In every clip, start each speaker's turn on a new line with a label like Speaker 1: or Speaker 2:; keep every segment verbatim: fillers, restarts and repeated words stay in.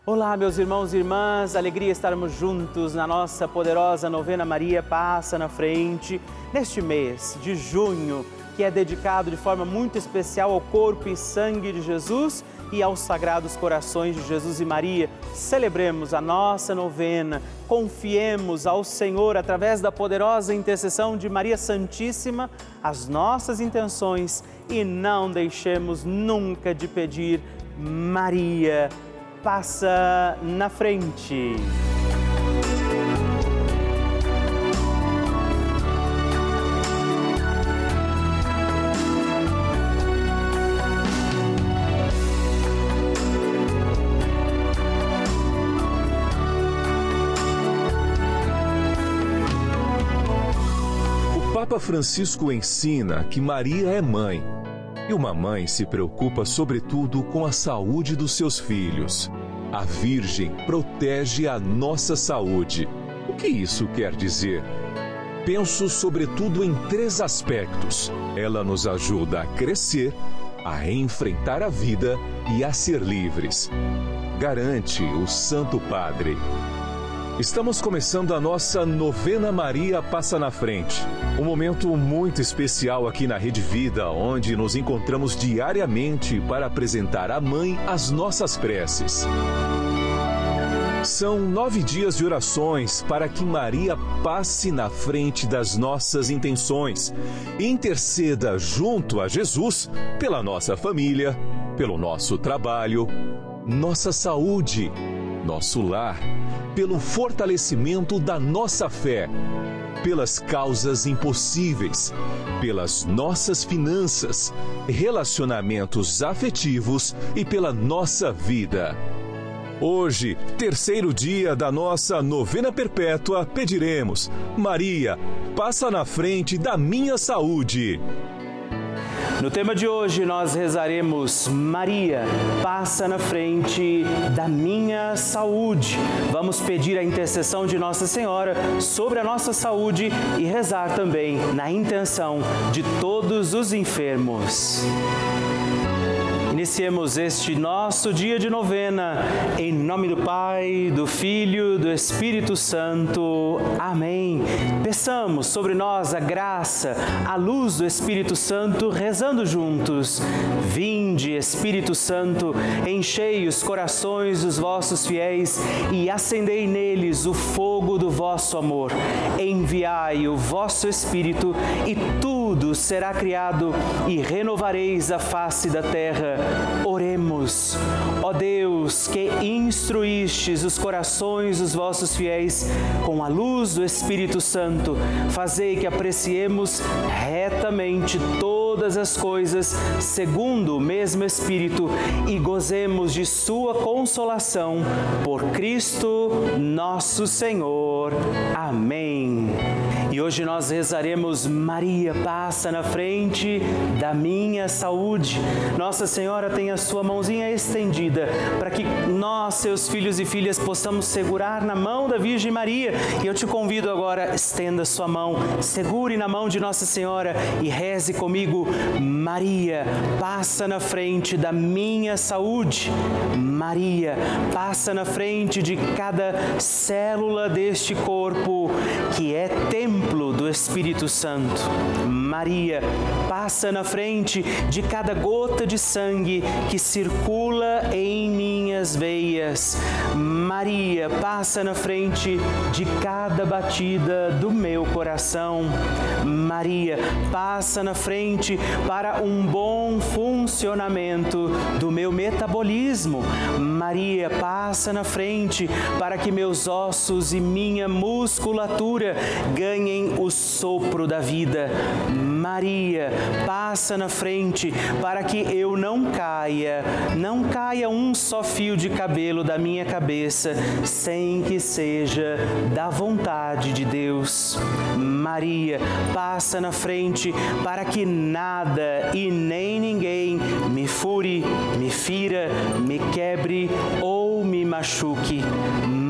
Speaker 1: Olá, meus irmãos e irmãs, alegria estarmos juntos na nossa poderosa novena Maria Passa na Frente, neste mês de junho, que é dedicado de forma muito especial ao corpo e sangue de Jesus e aos sagrados corações de Jesus e Maria. Celebremos a nossa novena, confiemos ao Senhor, através da poderosa intercessão de Maria Santíssima, as nossas intenções e não deixemos nunca de pedir: Maria, passa na frente.
Speaker 2: O Papa Francisco ensina que Maria é mãe. E uma mãe se preocupa sobretudo com a saúde dos seus filhos. A Virgem protege a nossa saúde. O que isso quer dizer? Penso sobretudo em três aspectos. Ela nos ajuda a crescer, a enfrentar a vida e a ser livres. Garante o Santo Padre. Estamos começando a nossa novena Maria Passa na Frente. Um momento muito especial aqui na Rede Vida, onde nos encontramos diariamente para apresentar à Mãe as nossas preces. São nove dias de orações para que Maria passe na frente das nossas intenções e interceda junto a Jesus pela nossa família, pelo nosso trabalho, nossa saúde, nosso lar, pelo fortalecimento da nossa fé, pelas causas impossíveis, pelas nossas finanças, relacionamentos afetivos e pela nossa vida. Hoje, terceiro dia da nossa novena perpétua, pediremos: Maria, passa na frente da minha saúde.
Speaker 1: No tema de hoje, nós rezaremos: Maria, passa na frente da minha saúde. Vamos pedir a intercessão de Nossa Senhora sobre a nossa saúde e rezar também na intenção de todos os enfermos. Iniciemos este nosso dia de novena, em nome do Pai, do Filho e do Espírito Santo. Amém. Peçamos sobre nós a graça, a luz do Espírito Santo, rezando juntos. Vinde, Espírito Santo, enchei os corações dos vossos fiéis e acendei neles o fogo do vosso amor. Enviai o vosso Espírito e tudo será criado e renovareis a face da terra. Oremos. Ó Deus, que instruístes os corações dos vossos fiéis com a luz do Espírito Santo, fazei que apreciemos retamente todas as coisas segundo o mesmo Espírito e gozemos de sua consolação por Cristo nosso Senhor. Amém. E hoje nós rezaremos: Maria, passa na frente da minha saúde. Nossa Senhora tem a sua mãozinha estendida para que nós, seus filhos e filhas, possamos segurar na mão da Virgem Maria. E eu te convido agora, estenda sua mão, segure na mão de Nossa Senhora e reze comigo: Maria, passa na frente da minha saúde. Maria, passa na frente de cada célula deste corpo que é templo do Espírito Santo. Maria, passa na frente de cada gota de sangue que circula em minhas veias. Maria, passa na frente de cada batida do meu coração. Maria, passa na frente para um bom funcionamento do meu metabolismo. Maria, passa na frente para que meus ossos e minha musculatura ganhem o sopro da vida. Maria, passa na frente para que eu não caia, não caia um só fio de cabelo da minha cabeça sem que seja da vontade de Deus. Maria, passa na frente para que nada e nem ninguém me fure, me fira, me quebre ou me machuque.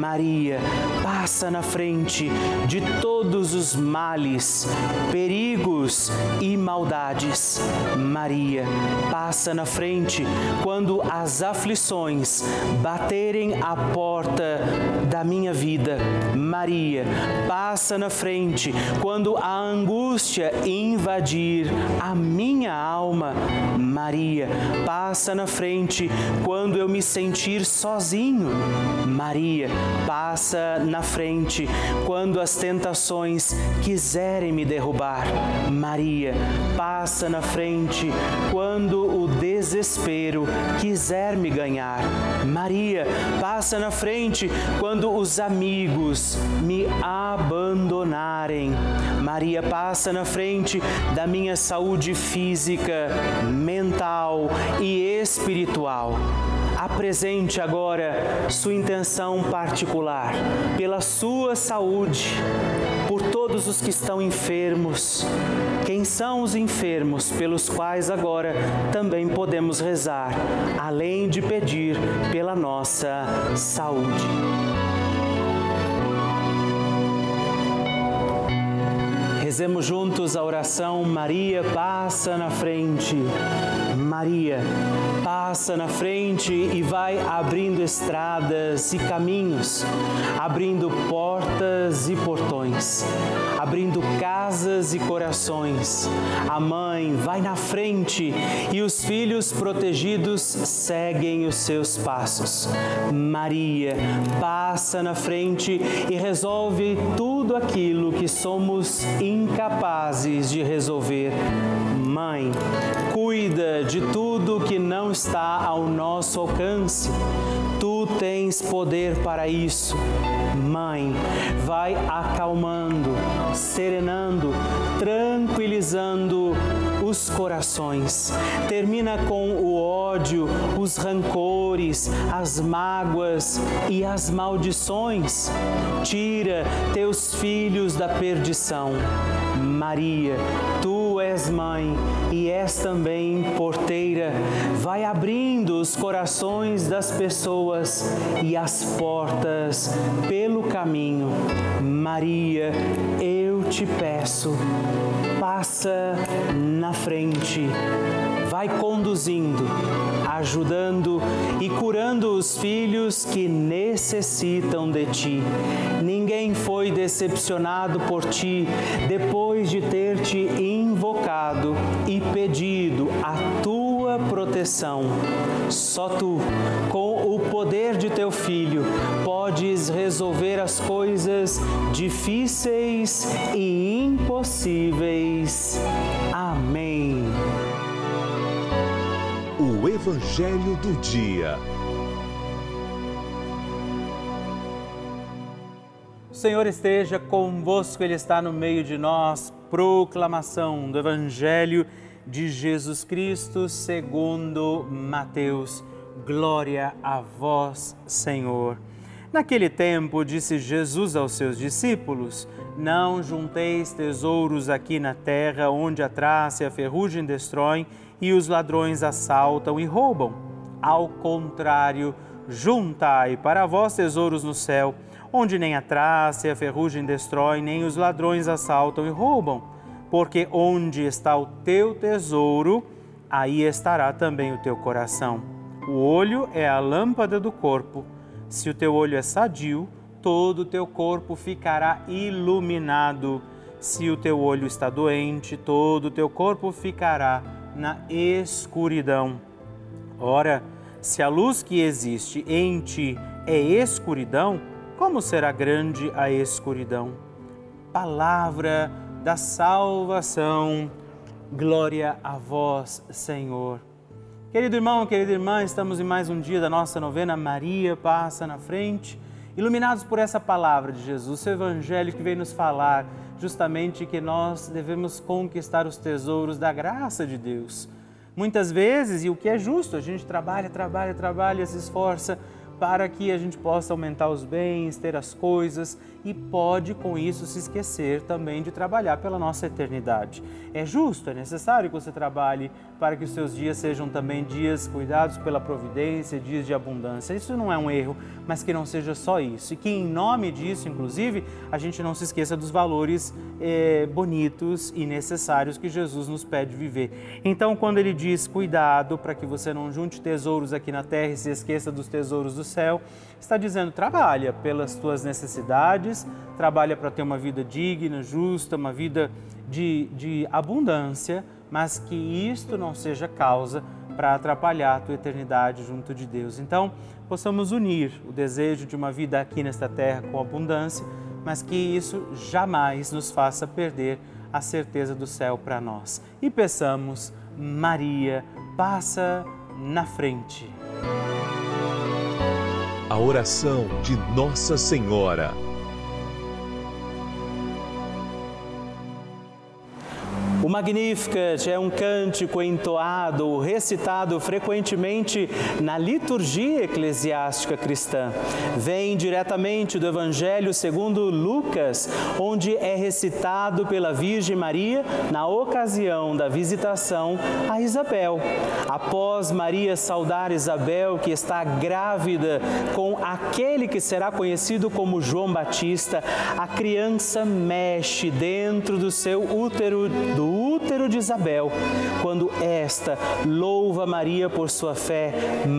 Speaker 1: Maria, passa na frente de todos os males, perigos e maldades. Maria, passa na frente quando as aflições baterem à porta da minha vida. Maria, passa na frente quando a angústia invadir a minha alma. Maria, passa na frente quando eu me sentir sozinho. Maria, passa na frente quando as tentações quiserem me derrubar. Maria, passa na frente quando o desespero quiser me ganhar. Maria, passa na frente quando os amigos me abandonarem. Maria, passa na frente da minha saúde física, mental e espiritual. Apresente agora sua intenção particular pela sua saúde, por todos os que estão enfermos. Quem são os enfermos pelos quais agora também podemos rezar, além de pedir pela nossa saúde. Rezemos juntos a oração Maria passa na frente. Maria passa na frente e vai abrindo estradas e caminhos, abrindo portas e portões, abrindo casas e corações. A mãe vai na frente e os filhos protegidos seguem os seus passos. Maria passa na frente e resolve tudo aquilo que somos incapazes de resolver. Mãe, cuida de tudo que não está ao nosso alcance. Tu tens poder para isso. Mãe, vai acalmando, serenando, tranquilizando os corações. Termina com o ódio, os rancores, as mágoas e as maldições. Tira teus filhos da perdição. Maria, tu és mãe e és também porteira. Vai abrindo os corações das pessoas e as portas pelo caminho. Maria, eu te peço, passa na frente. Vai conduzindo, ajudando e curando os filhos que necessitam de ti. Ninguém foi decepcionado por ti depois de ter te invocado e pedido a tua proteção. Só tu, com o poder de teu Filho, podes resolver as coisas difíceis e impossíveis. Amém.
Speaker 2: O Evangelho do Dia.
Speaker 1: O Senhor esteja convosco, Ele está no meio de nós. Proclamação do Evangelho de Jesus Cristo segundo Mateus. Glória a vós, Senhor. Naquele tempo, disse Jesus aos seus discípulos: não junteis tesouros aqui na terra, onde a traça e a ferrugem destroem e os ladrões assaltam e roubam. Ao contrário, juntai para vós tesouros no céu, onde nem a traça e a ferrugem destroem, nem os ladrões assaltam e roubam. Porque onde está o teu tesouro, aí estará também o teu coração. O olho é a lâmpada do corpo. Se o teu olho é sadio, todo o teu corpo ficará iluminado. Se o teu olho está doente, todo o teu corpo ficará na escuridão. Ora, se a luz que existe em ti é escuridão, como será grande a escuridão? Palavra da salvação. Glória a vós, Senhor. Querido irmão, querida irmã, estamos em mais um dia da nossa novena Maria Passa na Frente, iluminados por essa palavra de Jesus, o Evangelho que vem nos falar justamente que nós devemos conquistar os tesouros da graça de Deus. Muitas vezes, e o que é justo, a gente trabalha, trabalha, trabalha, se esforça para que a gente possa aumentar os bens, ter as coisas e pode com isso se esquecer também de trabalhar pela nossa eternidade. É justo, é necessário que você trabalhe para que os seus dias sejam também dias cuidados pela providência, dias de abundância. Isso não é um erro, mas que não seja só isso. E que em nome disso, inclusive, a gente não se esqueça dos valores eh, bonitos e necessários que Jesus nos pede viver. Então, quando ele diz cuidado para que você não junte tesouros aqui na terra e se esqueça dos tesouros do céu, está dizendo trabalha pelas tuas necessidades, trabalha para ter uma vida digna, justa, uma vida de, de abundância, mas que isto não seja causa para atrapalhar a tua eternidade junto de Deus. Então, possamos unir o desejo de uma vida aqui nesta terra com abundância, mas que isso jamais nos faça perder a certeza do céu para nós. E peçamos, Maria, passa na frente.
Speaker 2: A oração de Nossa Senhora.
Speaker 1: O Magnificat é um cântico entoado, recitado frequentemente na liturgia eclesiástica cristã. Vem diretamente do Evangelho segundo Lucas, onde é recitado pela Virgem Maria na ocasião da visitação a Isabel. Após Maria saudar Isabel, que está grávida com aquele que será conhecido como João Batista, a criança mexe dentro do seu útero, do útero de Isabel. Quando esta louva Maria por sua fé,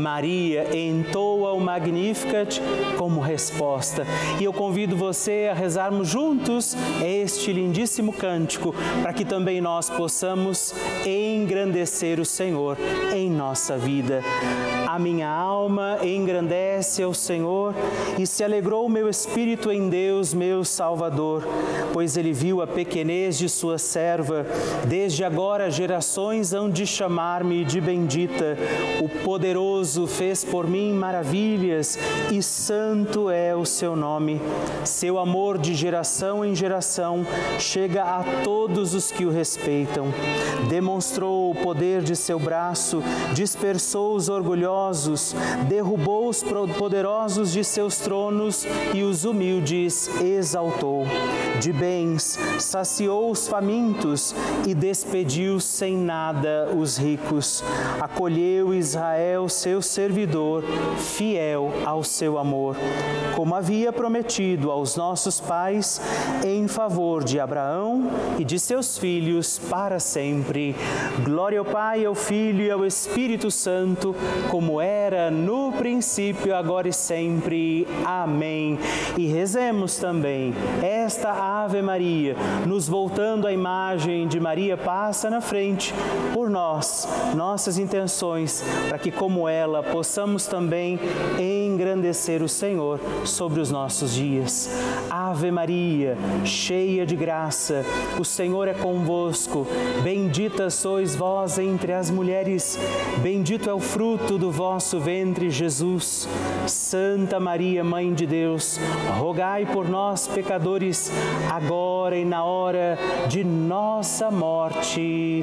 Speaker 1: Maria entoa o Magnificat como resposta. E eu convido você a rezarmos juntos este lindíssimo cântico, para que também nós possamos engrandecer o Senhor em nossa vida. A minha alma engrandece ao Senhor e se alegrou o meu espírito em Deus, meu Salvador, pois Ele viu a pequenez de sua serva. Desde agora gerações hão de chamar-me de bendita. O poderoso fez por mim maravilhas e santo é o seu nome. Seu amor de geração em geração chega a todos os que o respeitam. Demonstrou o poder de seu braço, dispersou os orgulhosos, derrubou os poderosos de seus tronos e os humildes exaltou. De bens saciou os famintos e despediu sem nada os ricos. Acolheu Israel, seu servidor, fiel ao seu amor, como havia prometido aos nossos pais, em favor de Abraão e de seus filhos para sempre. Glória ao Pai, ao Filho e ao Espírito Santo, como era no princípio, agora e sempre. Amém. E rezemos também esta Ave Maria, nos voltando à imagem de Maria passa na frente, por nós, nossas intenções, para que como ela possamos também engrandecer o Senhor sobre os nossos dias. Ave Maria, cheia de graça, o Senhor é convosco, bendita sois vós entre as mulheres, bendito é o fruto do vosso ventre, Jesus. Santa Maria, Mãe de Deus, rogai por nós, pecadores, agora e na hora de nossa morte.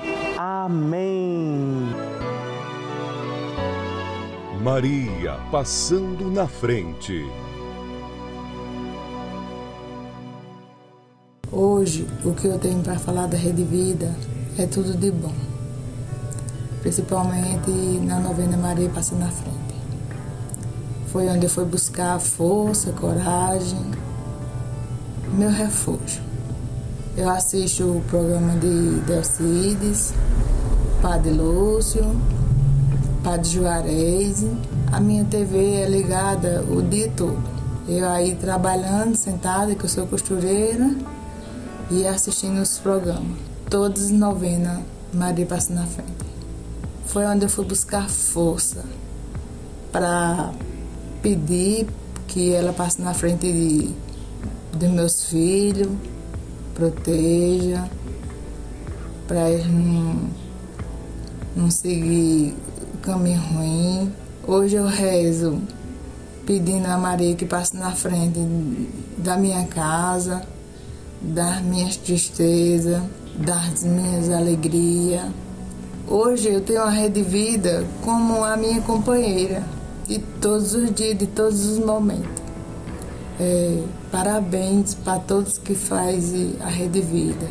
Speaker 1: Amém.
Speaker 2: Maria passando na frente.
Speaker 3: Hoje, o que eu tenho para falar da Rede Vida é tudo de bom, principalmente na novena Maria Passa na Frente. Foi onde eu fui buscar força, coragem, meu refúgio. Eu assisto o programa de Delcides, Padre Lúcio, Padre Juarez. A minha T V é ligada o dia todo. Eu aí trabalhando, sentada, que eu sou costureira, e assistindo os programas. Todos novena Maria Passa na Frente. Foi onde eu fui buscar força para pedir que ela passe na frente de, de meus filhos, proteja, para eles não, não seguir o caminho ruim. Hoje eu rezo pedindo a Maria que passe na frente da minha casa, das minhas tristezas, das minhas alegrias. Hoje eu tenho a Rede Vida como a minha companheira. de todos os dias, de todos os momentos. É, parabéns para todos que fazem a Rede Vida.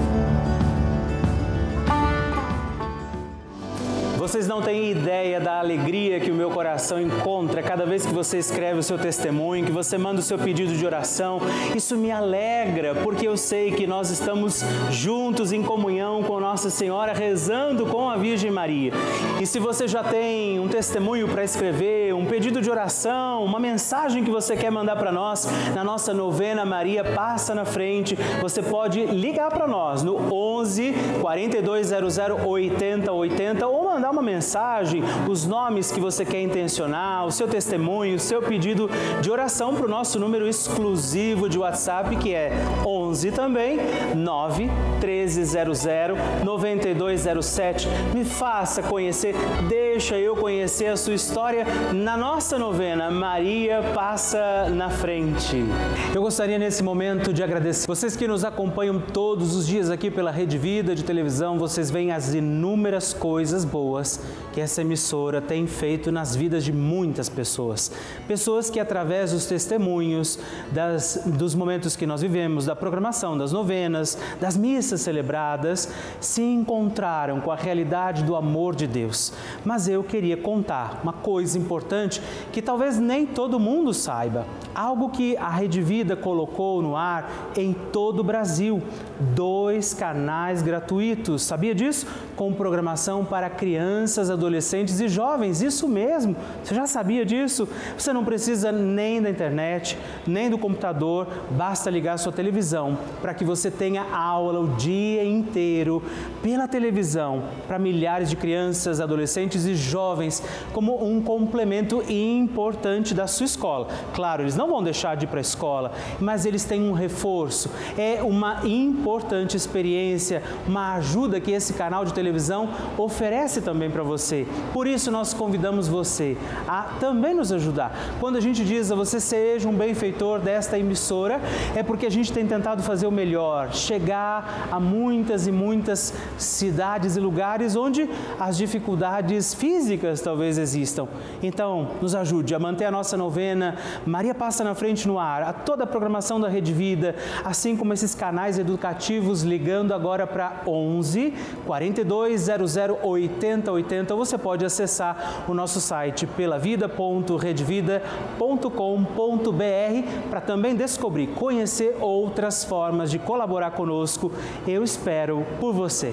Speaker 1: Vocês não têm ideia da alegria que o meu coração encontra cada vez que você escreve o seu testemunho, que você manda o seu pedido de oração. Isso me alegra, porque eu sei que nós estamos juntos em comunhão com Nossa Senhora, rezando com a Virgem Maria. E se você já tem um testemunho para escrever, um pedido de oração, uma mensagem que você quer mandar para nós, na nossa novena Maria Passa na Frente, você pode ligar para nós no onze, quarenta e dois zero zero, oitenta oitenta ou mandar uma mensagem, os nomes que você quer intencionar, o seu testemunho, o seu pedido de oração para o nosso número exclusivo de WhatsApp, que é onze também, nove treze zero zero, nove dois zero sete. Me faça conhecer, deixa eu conhecer a sua história na nossa novena Maria Passa na Frente. Eu gostaria nesse momento de agradecer vocês que nos acompanham todos os dias aqui pela Rede Vida de televisão. Vocês veem as inúmeras coisas boas que essa emissora tem feito nas vidas de muitas pessoas. Pessoas que através dos testemunhos, das, dos momentos que nós vivemos, da programação, das novenas, das missas celebradas, se encontraram com a realidade do amor de Deus. Mas eu queria contar uma coisa importante que talvez nem todo mundo saiba. Algo que a Rede Vida colocou no ar em todo o Brasil. Dois canais gratuitos. Sabia disso? Com programação para crianças, adolescentes e jovens. Isso mesmo. Você já sabia disso? Você não precisa nem da internet, nem do computador. Basta ligar a sua televisão para que você tenha aula o dia inteiro pela televisão para milhares de crianças, adolescentes e jovens como um complemento importante da sua escola. Claro, eles não vão deixar de ir para a escola, mas eles têm um reforço. É uma importante experiência, uma ajuda que esse canal de televisão oferece também para você. Por isso nós convidamos você a também nos ajudar. Quando a gente diz a você seja um benfeitor desta emissora, é porque a gente tem tentado fazer o melhor, chegar a muitas e muitas cidades e lugares onde as dificuldades físicas talvez existam. Então, nos ajude a manter a nossa novena Maria Passa na Frente no ar, a toda a programação da Rede Vida, assim como esses canais educativos, ligando agora para onze, quarenta e dois zero zero, oitenta oitenta. Você pode acessar o nosso site pelavida ponto redevida ponto com ponto br para também descobrir, conhecer outras formas de colaborar conosco. Eu espero por você.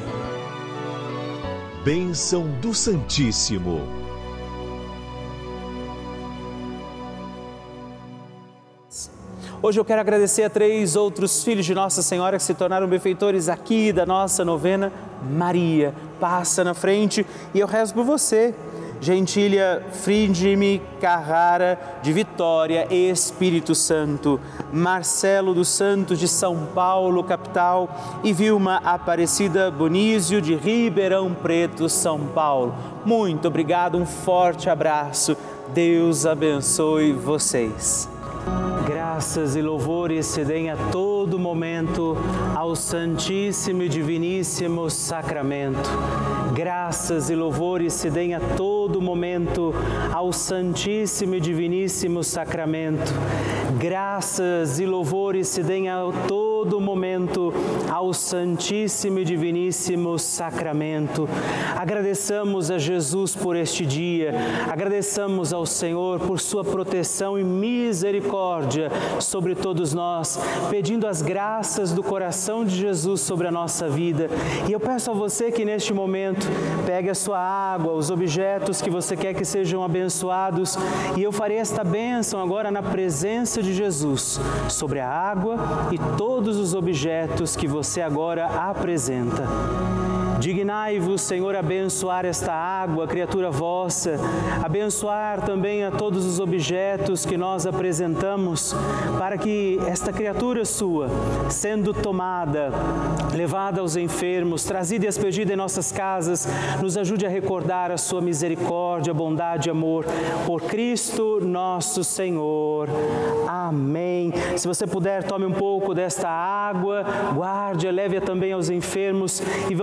Speaker 2: Bênção do Santíssimo.
Speaker 1: Hoje eu quero agradecer a três outros filhos de Nossa Senhora que se tornaram benfeitores aqui da nossa novena Maria Passa na Frente, e eu rezo por você. Gentília Fridime Carrara, de Vitória, Espírito Santo, Marcelo dos Santos, de São Paulo, capital, e Vilma Aparecida Bonísio, de Ribeirão Preto, São Paulo. Muito obrigado, um forte abraço. Deus abençoe vocês. Graças e louvores se deem a todo momento ao Santíssimo e Diviníssimo Sacramento. Graças e louvores se deem a todo momento ao Santíssimo e Diviníssimo Sacramento. Graças e louvores se deem a todo momento ao Santíssimo e Diviníssimo Sacramento. Agradeçamos a Jesus por este dia, agradeçamos ao Senhor por sua proteção e misericórdia sobre todos nós, pedindo as graças do coração de Jesus sobre a nossa vida. E eu peço a você que neste momento pegue a sua água, os objetos que você quer que sejam abençoados, e eu farei esta bênção agora na presença de Jesus sobre a água e todos os objetos que você agora apresenta. Dignai-vos, Senhor, abençoar esta água, criatura vossa, abençoar também a todos os objetos que nós apresentamos, para que esta criatura sua, sendo tomada, levada aos enfermos, trazida e aspergida em nossas casas, nos ajude a recordar a sua misericórdia, bondade e amor, por Cristo nosso Senhor. Amém. Se você puder, tome um pouco desta água, guarde, leve-a também aos enfermos, e vamos pedir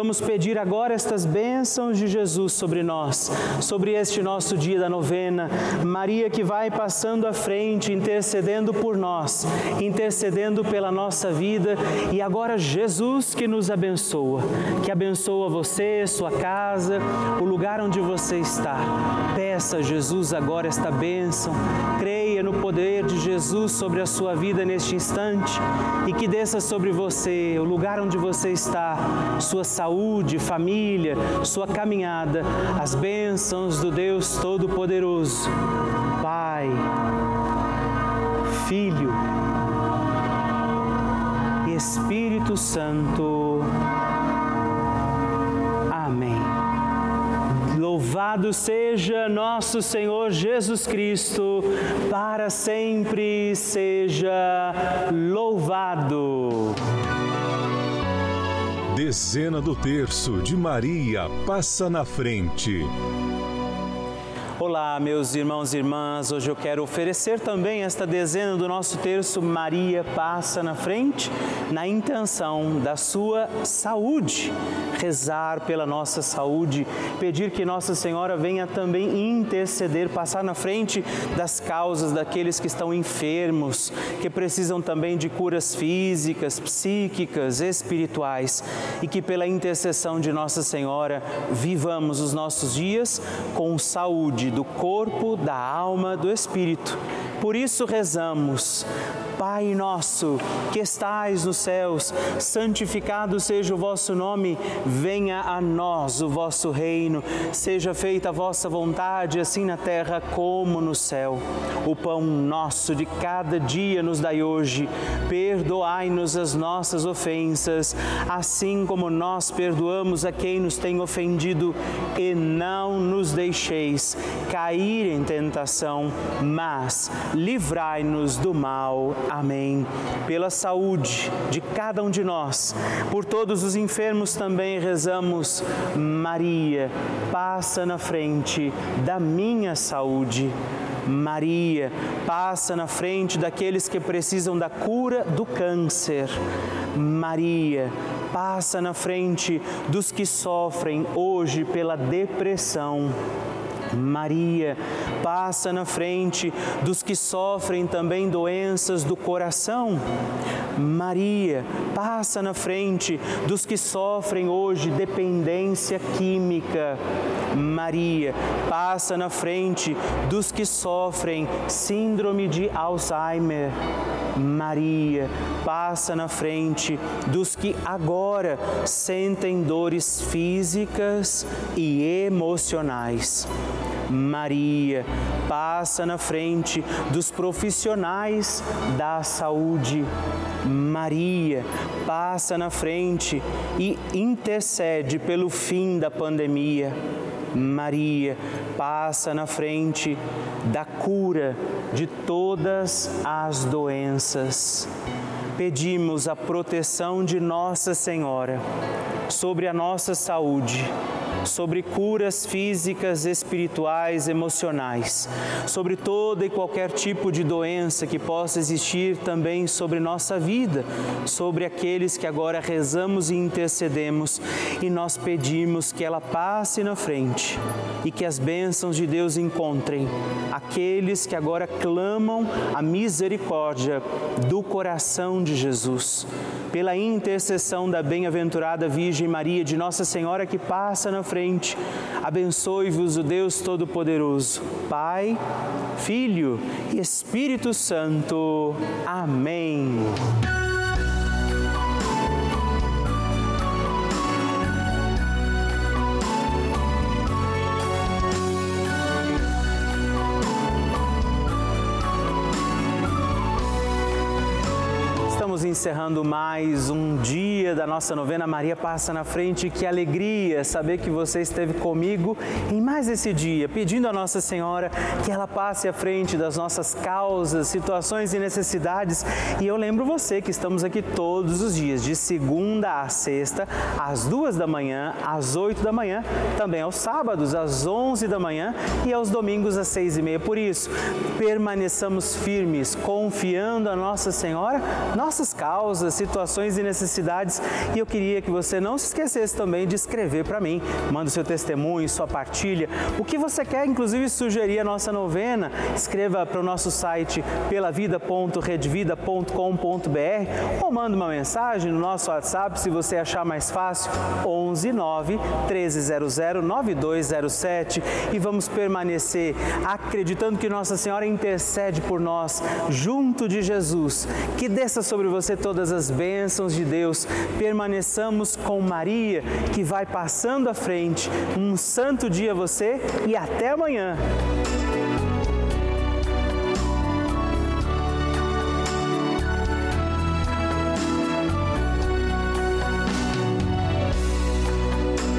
Speaker 1: pedir agora estas bênçãos de Jesus sobre nós, sobre este nosso dia da novena. Maria que vai passando à frente, intercedendo por nós, intercedendo pela nossa vida, e agora Jesus que nos abençoa, que abençoa você, sua casa, o lugar onde você está. Peça a Jesus agora esta bênção, creia no poder de Jesus sobre a sua vida neste instante e que desça sobre você, o lugar onde você está, sua saúde, família, sua caminhada, as bênçãos do Deus Todo-Poderoso, Pai, Filho e Espírito Santo. Amém. Louvado seja nosso Senhor Jesus Cristo, para sempre seja louvado.
Speaker 2: Dezena do terço de Maria passa na frente.
Speaker 1: Olá, meus irmãos e irmãs, hoje eu quero oferecer também esta dezena do nosso terço Maria Passa na Frente, na intenção da sua saúde, rezar pela nossa saúde, pedir que Nossa Senhora venha também interceder, passar na frente das causas daqueles que estão enfermos, que precisam também de curas físicas, psíquicas, espirituais, e que pela intercessão de Nossa Senhora vivamos os nossos dias com saúde do corpo, da alma, do espírito. Por isso rezamos: Pai nosso, que estais nos céus, santificado seja o vosso nome, venha a nós o vosso reino, seja feita a vossa vontade, assim na terra como no céu. O pão nosso de cada dia nos dai hoje, perdoai-nos as nossas ofensas, assim como nós perdoamos a quem nos tem ofendido, e não nos deixeis cair em tentação, mas livrai-nos do mal. Amém. Pela saúde de cada um de nós, por todos os enfermos também rezamos: Maria, passa na frente da minha saúde. Maria, passa na frente daqueles que precisam da cura do câncer. Maria, passa na frente dos que sofrem hoje pela depressão. Maria, passa na frente dos que sofrem também doenças do coração. Maria, passa na frente dos que sofrem hoje dependência química. Maria, passa na frente dos que sofrem síndrome de Alzheimer. Maria, passa na frente dos que agora sentem dores físicas e emocionais. Maria, passa na frente dos profissionais da saúde. Maria, passa na frente e intercede pelo fim da pandemia. Maria, passa na frente da cura de todas as doenças. Pedimos a proteção de Nossa Senhora sobre a nossa saúde, sobre curas físicas, espirituais, emocionais, sobre toda e qualquer tipo de doença que possa existir também sobre nossa vida, sobre aqueles que agora rezamos e intercedemos, e nós pedimos que ela passe na frente e que as bênçãos de Deus encontrem aqueles que agora clamam a misericórdia do coração de Jesus. Pela intercessão da bem-aventurada Virgem Maria, de Nossa Senhora que passa na frente, abençoe-vos o Deus Todo-Poderoso, Pai, Filho e Espírito Santo. Amém. Estamos encerrando mais um dia da nossa novena Maria Passa na Frente. Que alegria saber que você esteve comigo em mais esse dia, pedindo a Nossa Senhora que ela passe à frente das nossas causas, situações e necessidades. E eu lembro você que estamos aqui todos os dias, de segunda a sexta, às duas da manhã, às oito da manhã, também aos sábados, às onze da manhã e aos domingos, às seis e meia. Por isso, permaneçamos firmes, confiando a Nossa Senhora. Nossa nossas causas, situações e necessidades. E eu queria que você não se esquecesse também de escrever para mim. Manda o seu testemunho, sua partilha, o que você quer, inclusive sugerir a nossa novena. Escreva para o nosso site pelavida ponto redvida ponto com ponto br ou manda uma mensagem no nosso WhatsApp, se você achar mais fácil, onze nove treze zero zero nove dois zero sete, e vamos permanecer acreditando que Nossa Senhora intercede por nós junto de Jesus. Que desça sobre você todas as bênçãos de Deus. Permaneçamos com Maria, que vai passando à frente. Um santo dia a você e até amanhã.